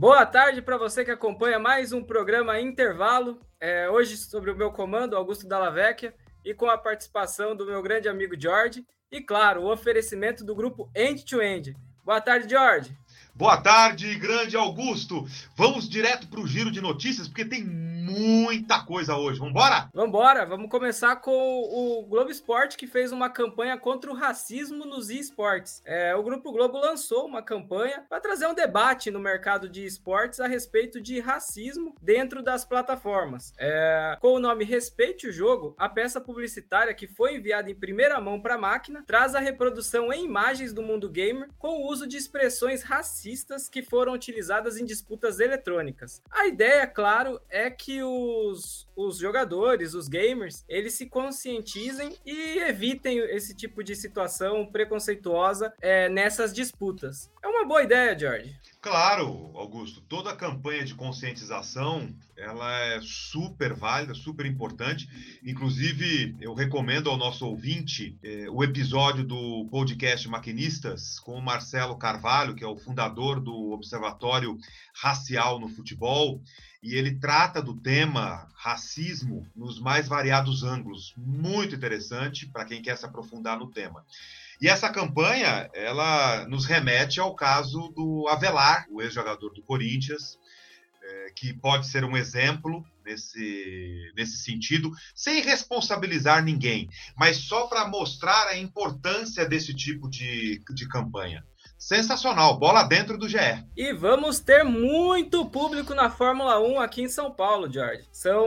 Boa tarde para você que acompanha mais um programa Intervalo. Hoje sobre o meu comando, Augusto Dalla Vecchia, e com a participação do meu grande amigo Jorge. E claro, o oferecimento do grupo End to End. Boa tarde, Jorge. Boa tarde, grande Augusto. Vamos direto para o giro de notícias, porque tem muita coisa hoje. Vambora? Vambora, vamos começar com o Globo Esporte, que fez uma campanha contra o racismo nos esportes. O Grupo Globo lançou uma campanha para trazer um debate no mercado de esportes a respeito de racismo dentro das plataformas. Com o nome Respeite o Jogo, a peça publicitária que foi enviada em primeira mão para a máquina traz a reprodução em imagens do mundo gamer com o uso de expressões racistas que foram utilizadas em disputas eletrônicas. A ideia, claro, é que os jogadores, os gamers, eles se conscientizem e evitem esse tipo de situação preconceituosa nessas disputas. É uma boa ideia, Jorge. Claro, Augusto. Toda a campanha de conscientização, ela é super válida, super importante. Inclusive, eu recomendo ao nosso ouvinte o episódio do podcast Maquinistas com o Marcelo Carvalho, que é o fundador do Observatório Racial no Futebol, e ele trata do tema racismo nos mais variados ângulos. Muito interessante para quem quer se aprofundar no tema. E essa campanha, ela nos remete ao caso do Avelar, o ex-jogador do Corinthians, que pode ser um exemplo nesse sentido, sem responsabilizar ninguém, mas só para mostrar a importância desse tipo de campanha. Sensacional, bola dentro do GE. E vamos ter muito público na Fórmula 1 aqui em São Paulo, Jorge.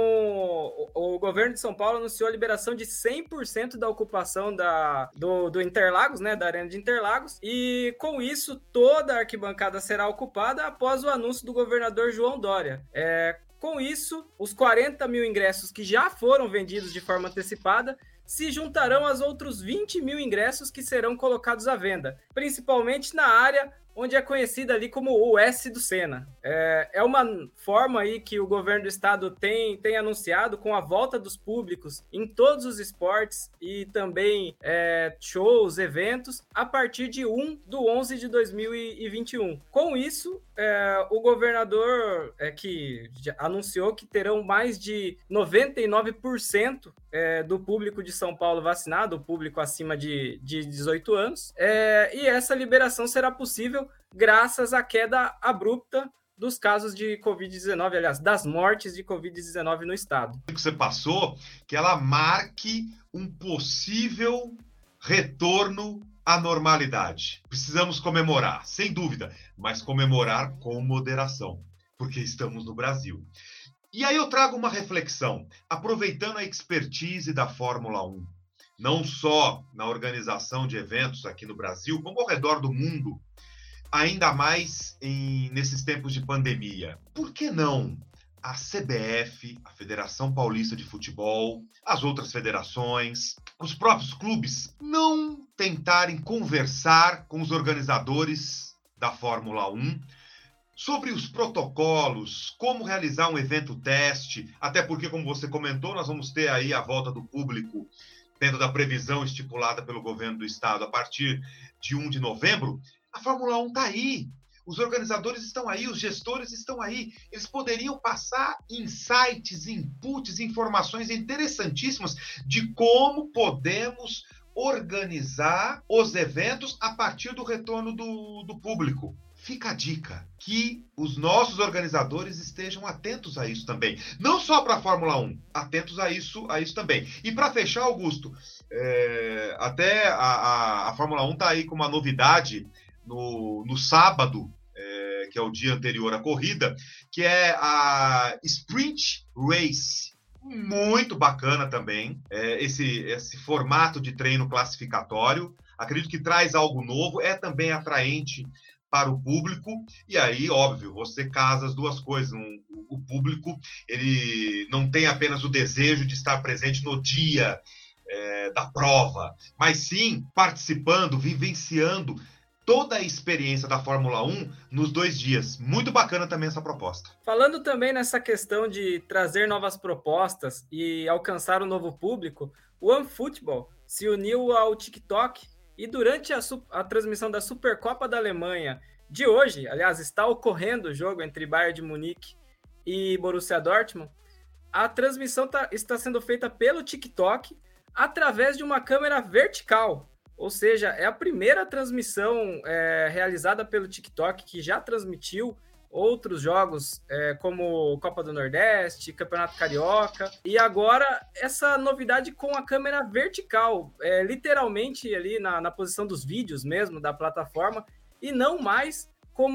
O governo de São Paulo anunciou a liberação de 100% da ocupação do Interlagos, né, da Arena de Interlagos, e com isso toda a arquibancada será ocupada após o anúncio do governador João Dória. Com isso, os 40 mil ingressos que já foram vendidos de forma antecipada se juntarão aos outros 20 mil ingressos que serão colocados à venda, principalmente na área onde é conhecida ali como o S do Senna. É uma forma aí que o governo do estado tem anunciado com a volta dos públicos em todos os esportes e também shows, eventos, a partir de 1/11 de 2021. Com isso, o governador que já anunciou que terão mais de 99% do público de São Paulo vacinado, o público acima de 18 anos, e essa liberação será possível graças à queda abrupta dos casos de Covid-19, aliás, das mortes de Covid-19 no estado. O que você passou, que ela marque um possível retorno à normalidade. Precisamos comemorar, sem dúvida, mas comemorar com moderação, porque estamos no Brasil. E aí eu trago uma reflexão, aproveitando a expertise da Fórmula 1, não só na organização de eventos aqui no Brasil, como ao redor do mundo, ainda mais nesses tempos de pandemia. Por que não a CBF, a Federação Paulista de Futebol, as outras federações, os próprios clubes, não tentarem conversar com os organizadores da Fórmula 1 sobre os protocolos, como realizar um evento teste, até porque, como você comentou, nós vamos ter aí a volta do público dentro da previsão estipulada pelo governo do estado a partir de 1 de novembro. A Fórmula 1 está aí, os organizadores estão aí, os gestores estão aí. Eles poderiam passar insights, inputs, informações interessantíssimas de como podemos organizar os eventos a partir do retorno do público. Fica a dica, que os nossos organizadores estejam atentos a isso também. Não só para a Fórmula 1, atentos a isso também. E para fechar, Augusto, até a Fórmula 1 está aí com uma novidade no sábado, que é o dia anterior à corrida, que é a Sprint Race. Muito bacana também, esse formato de treino classificatório. Acredito que traz algo novo, é também atraente para o público, e aí, óbvio, você casa as duas coisas. O público, ele não tem apenas o desejo de estar presente no dia da prova, mas sim participando, vivenciando toda a experiência da Fórmula 1 nos 2 dias. Muito bacana também essa proposta. Falando também nessa questão de trazer novas propostas e alcançar um novo público, o OneFootball se uniu ao TikTok e durante a transmissão da Supercopa da Alemanha de hoje, aliás, está ocorrendo o jogo entre Bayern de Munique e Borussia Dortmund, a transmissão está sendo feita pelo TikTok através de uma câmera vertical. Ou seja, é a primeira transmissão realizada pelo TikTok, que já transmitiu outros jogos, como Copa do Nordeste, Campeonato Carioca, e agora essa novidade com a câmera vertical, literalmente ali na posição dos vídeos mesmo da plataforma, e não mais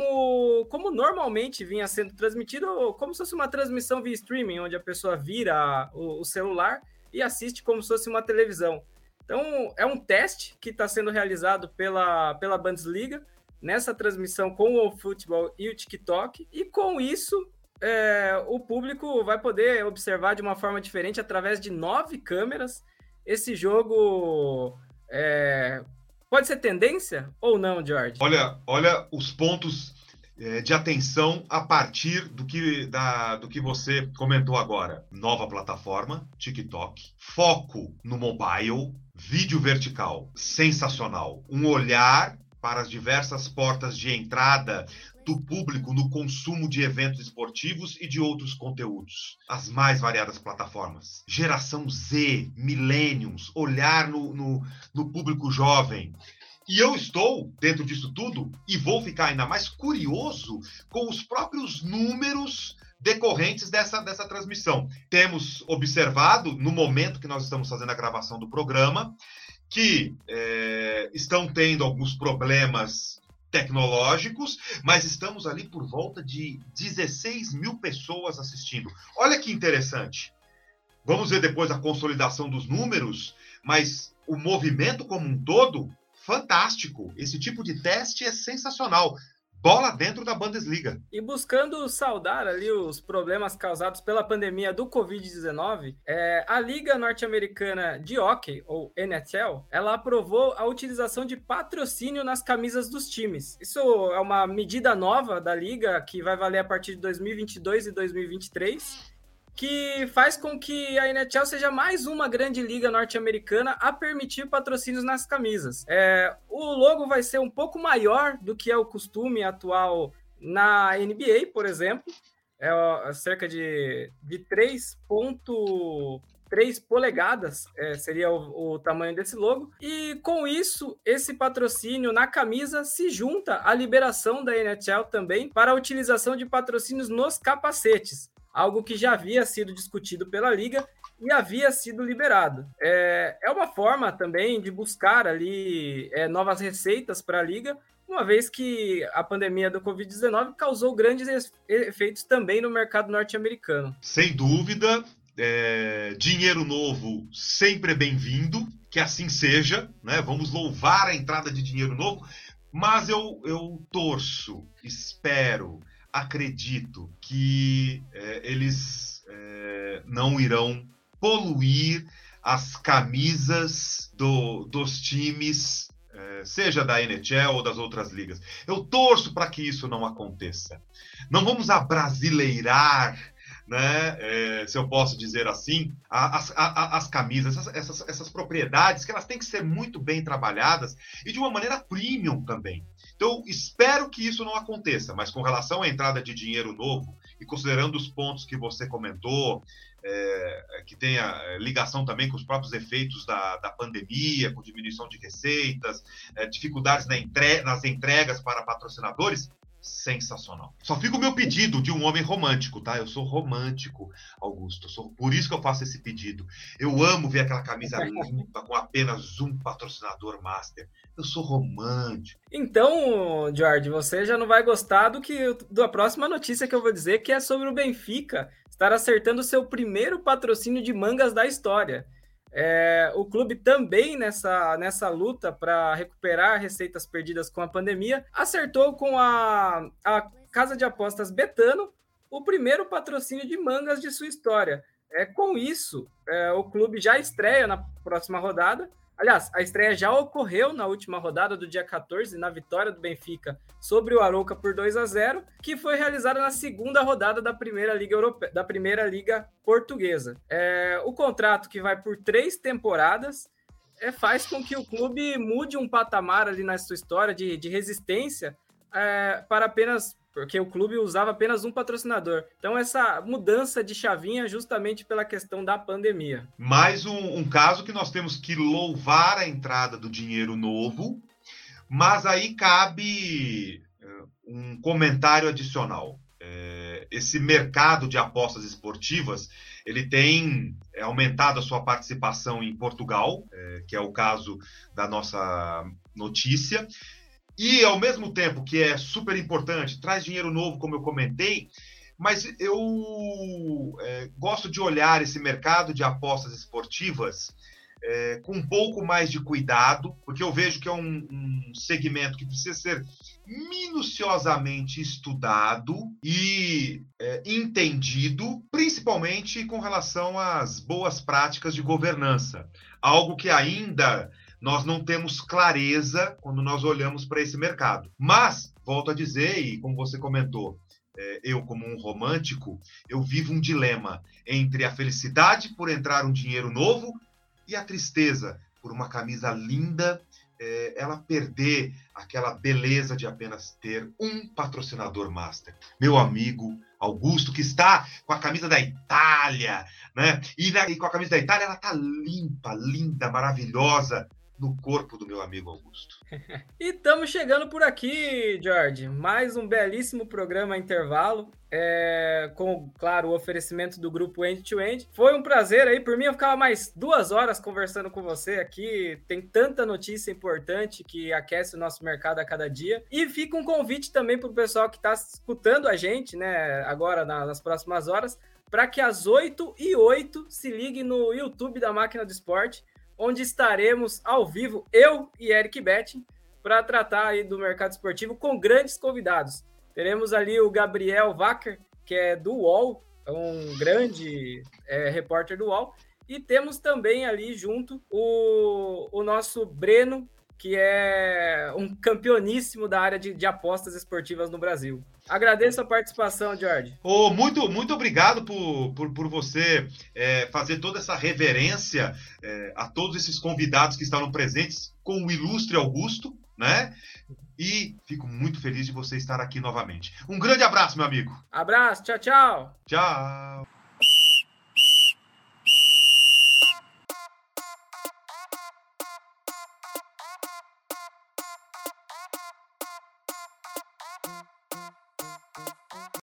como normalmente vinha sendo transmitido, como se fosse uma transmissão via streaming, onde a pessoa vira o celular e assiste como se fosse uma televisão. Então, é um teste que está sendo realizado pela Bundesliga, nessa transmissão com o futebol e o TikTok, e com isso o público vai poder observar de uma forma diferente, através de 9 câmeras, esse jogo. Pode ser tendência ou não, George? Olha os pontos de atenção a partir do que você comentou agora. Nova plataforma, TikTok, foco no mobile, vídeo vertical, sensacional. Um olhar para as diversas portas de entrada do público no consumo de eventos esportivos e de outros conteúdos. As mais variadas plataformas. Geração Z, Millennials, olhar no público jovem. E eu estou dentro disso tudo e vou ficar ainda mais curioso com os próprios números decorrentes dessa transmissão. Temos observado, no momento que nós estamos fazendo a gravação do programa, que estão tendo alguns problemas tecnológicos, mas estamos ali por volta de 16 mil pessoas assistindo. Olha que interessante. Vamos ver depois a consolidação dos números, mas o movimento como um todo, fantástico. Esse tipo de teste é sensacional. Bola dentro da Bundesliga. E buscando saldar ali os problemas causados pela pandemia do Covid-19, a Liga Norte-Americana de Hockey, ou NHL, ela aprovou a utilização de patrocínio nas camisas dos times. Isso é uma medida nova da Liga, que vai valer a partir de 2022 e 2023, que faz com que a NHL seja mais uma grande liga norte-americana a permitir patrocínios nas camisas. O logo vai ser um pouco maior do que é o costume atual na NBA, por exemplo. Cerca de 3,3 polegadas seria o tamanho desse logo. E com isso, esse patrocínio na camisa se junta à liberação da NHL também para a utilização de patrocínios nos capacetes. Algo que já havia sido discutido pela Liga e havia sido liberado. É uma forma também de buscar ali novas receitas para a Liga, uma vez que a pandemia do Covid-19 causou grandes efeitos também no mercado norte-americano. Sem dúvida, dinheiro novo sempre é bem-vindo, que assim seja, né? Vamos louvar a entrada de dinheiro novo, mas eu torço, espero, acredito que eles não irão poluir as camisas dos times, seja da NHL ou das outras ligas. Eu torço para que isso não aconteça. Não vamos abrasileirar, né, se eu posso dizer assim, as camisas, essas propriedades, que elas têm que ser muito bem trabalhadas e de uma maneira premium também. Então, espero que isso não aconteça, mas com relação à entrada de dinheiro novo, e considerando os pontos que você comentou, que tem a ligação também com os próprios efeitos da pandemia, com diminuição de receitas, dificuldades nas entregas para patrocinadores, sensacional. Só fica o meu pedido de um homem romântico, tá? Eu sou romântico, Augusto. Por isso que eu faço esse pedido. Eu amo ver aquela camisa limpa com apenas um patrocinador master. Eu sou romântico. Então, George, você já não vai gostar da próxima notícia que eu vou dizer, que é sobre o Benfica estar acertando o seu primeiro patrocínio de mangas da história. O clube também nessa luta para recuperar receitas perdidas com a pandemia, acertou com a casa de apostas Betano o primeiro patrocínio de mangas de sua história. Com isso, o clube já estreia na próxima rodada. Aliás, a estreia já ocorreu na última rodada do dia 14, na vitória do Benfica sobre o Arouca por 2-0, que foi realizada na segunda rodada da Primeira Liga Europeia, da Primeira Liga Portuguesa. O contrato, que vai por 3 temporadas, faz com que o clube mude um patamar ali na sua história de resistência para apenas... porque o clube usava apenas um patrocinador. Então, essa mudança de chavinha justamente pela questão da pandemia. Mais um caso que nós temos que louvar a entrada do dinheiro novo, mas aí cabe um comentário adicional. Esse mercado de apostas esportivas, ele tem aumentado a sua participação em Portugal, que é o caso da nossa notícia, e ao mesmo tempo que é super importante, traz dinheiro novo, como eu comentei, mas eu gosto de olhar esse mercado de apostas esportivas com um pouco mais de cuidado, porque eu vejo que é um segmento que precisa ser minuciosamente estudado e entendido, principalmente com relação às boas práticas de governança. Algo que ainda nós não temos clareza quando nós olhamos para esse mercado. Mas, volto a dizer, e como você comentou, eu como um romântico, eu vivo um dilema entre a felicidade por entrar um dinheiro novo e a tristeza por uma camisa linda, ela perder aquela beleza de apenas ter um patrocinador master. Meu amigo Augusto, que está com a camisa da Itália, né? E com a camisa da Itália, ela está limpa, linda, maravilhosa no corpo do meu amigo Augusto. E estamos chegando por aqui, Jorge. Mais um belíssimo programa a intervalo, com, claro, o oferecimento do grupo End to End. Foi um prazer aí, por mim eu ficava mais 2 horas conversando com você aqui. Tem tanta notícia importante que aquece o nosso mercado a cada dia. E fica um convite também para o pessoal que está escutando a gente, né, agora nas próximas horas, para que às 8h08 se ligue no YouTube da Máquina do Esporte, onde estaremos ao vivo, eu e Eric Betting, para tratar aí do mercado esportivo com grandes convidados. Teremos ali o Gabriel Wacker, que é do UOL, um grande repórter do UOL, e temos também ali junto o nosso Breno, que é um campeoníssimo da área de apostas esportivas no Brasil. Agradeço a participação, Jorge. Muito obrigado por você fazer toda essa reverência a todos esses convidados que estavam presentes com o ilustre Augusto, né? E fico muito feliz de você estar aqui novamente. Um grande abraço, meu amigo. Abraço, tchau, tchau. Tchau.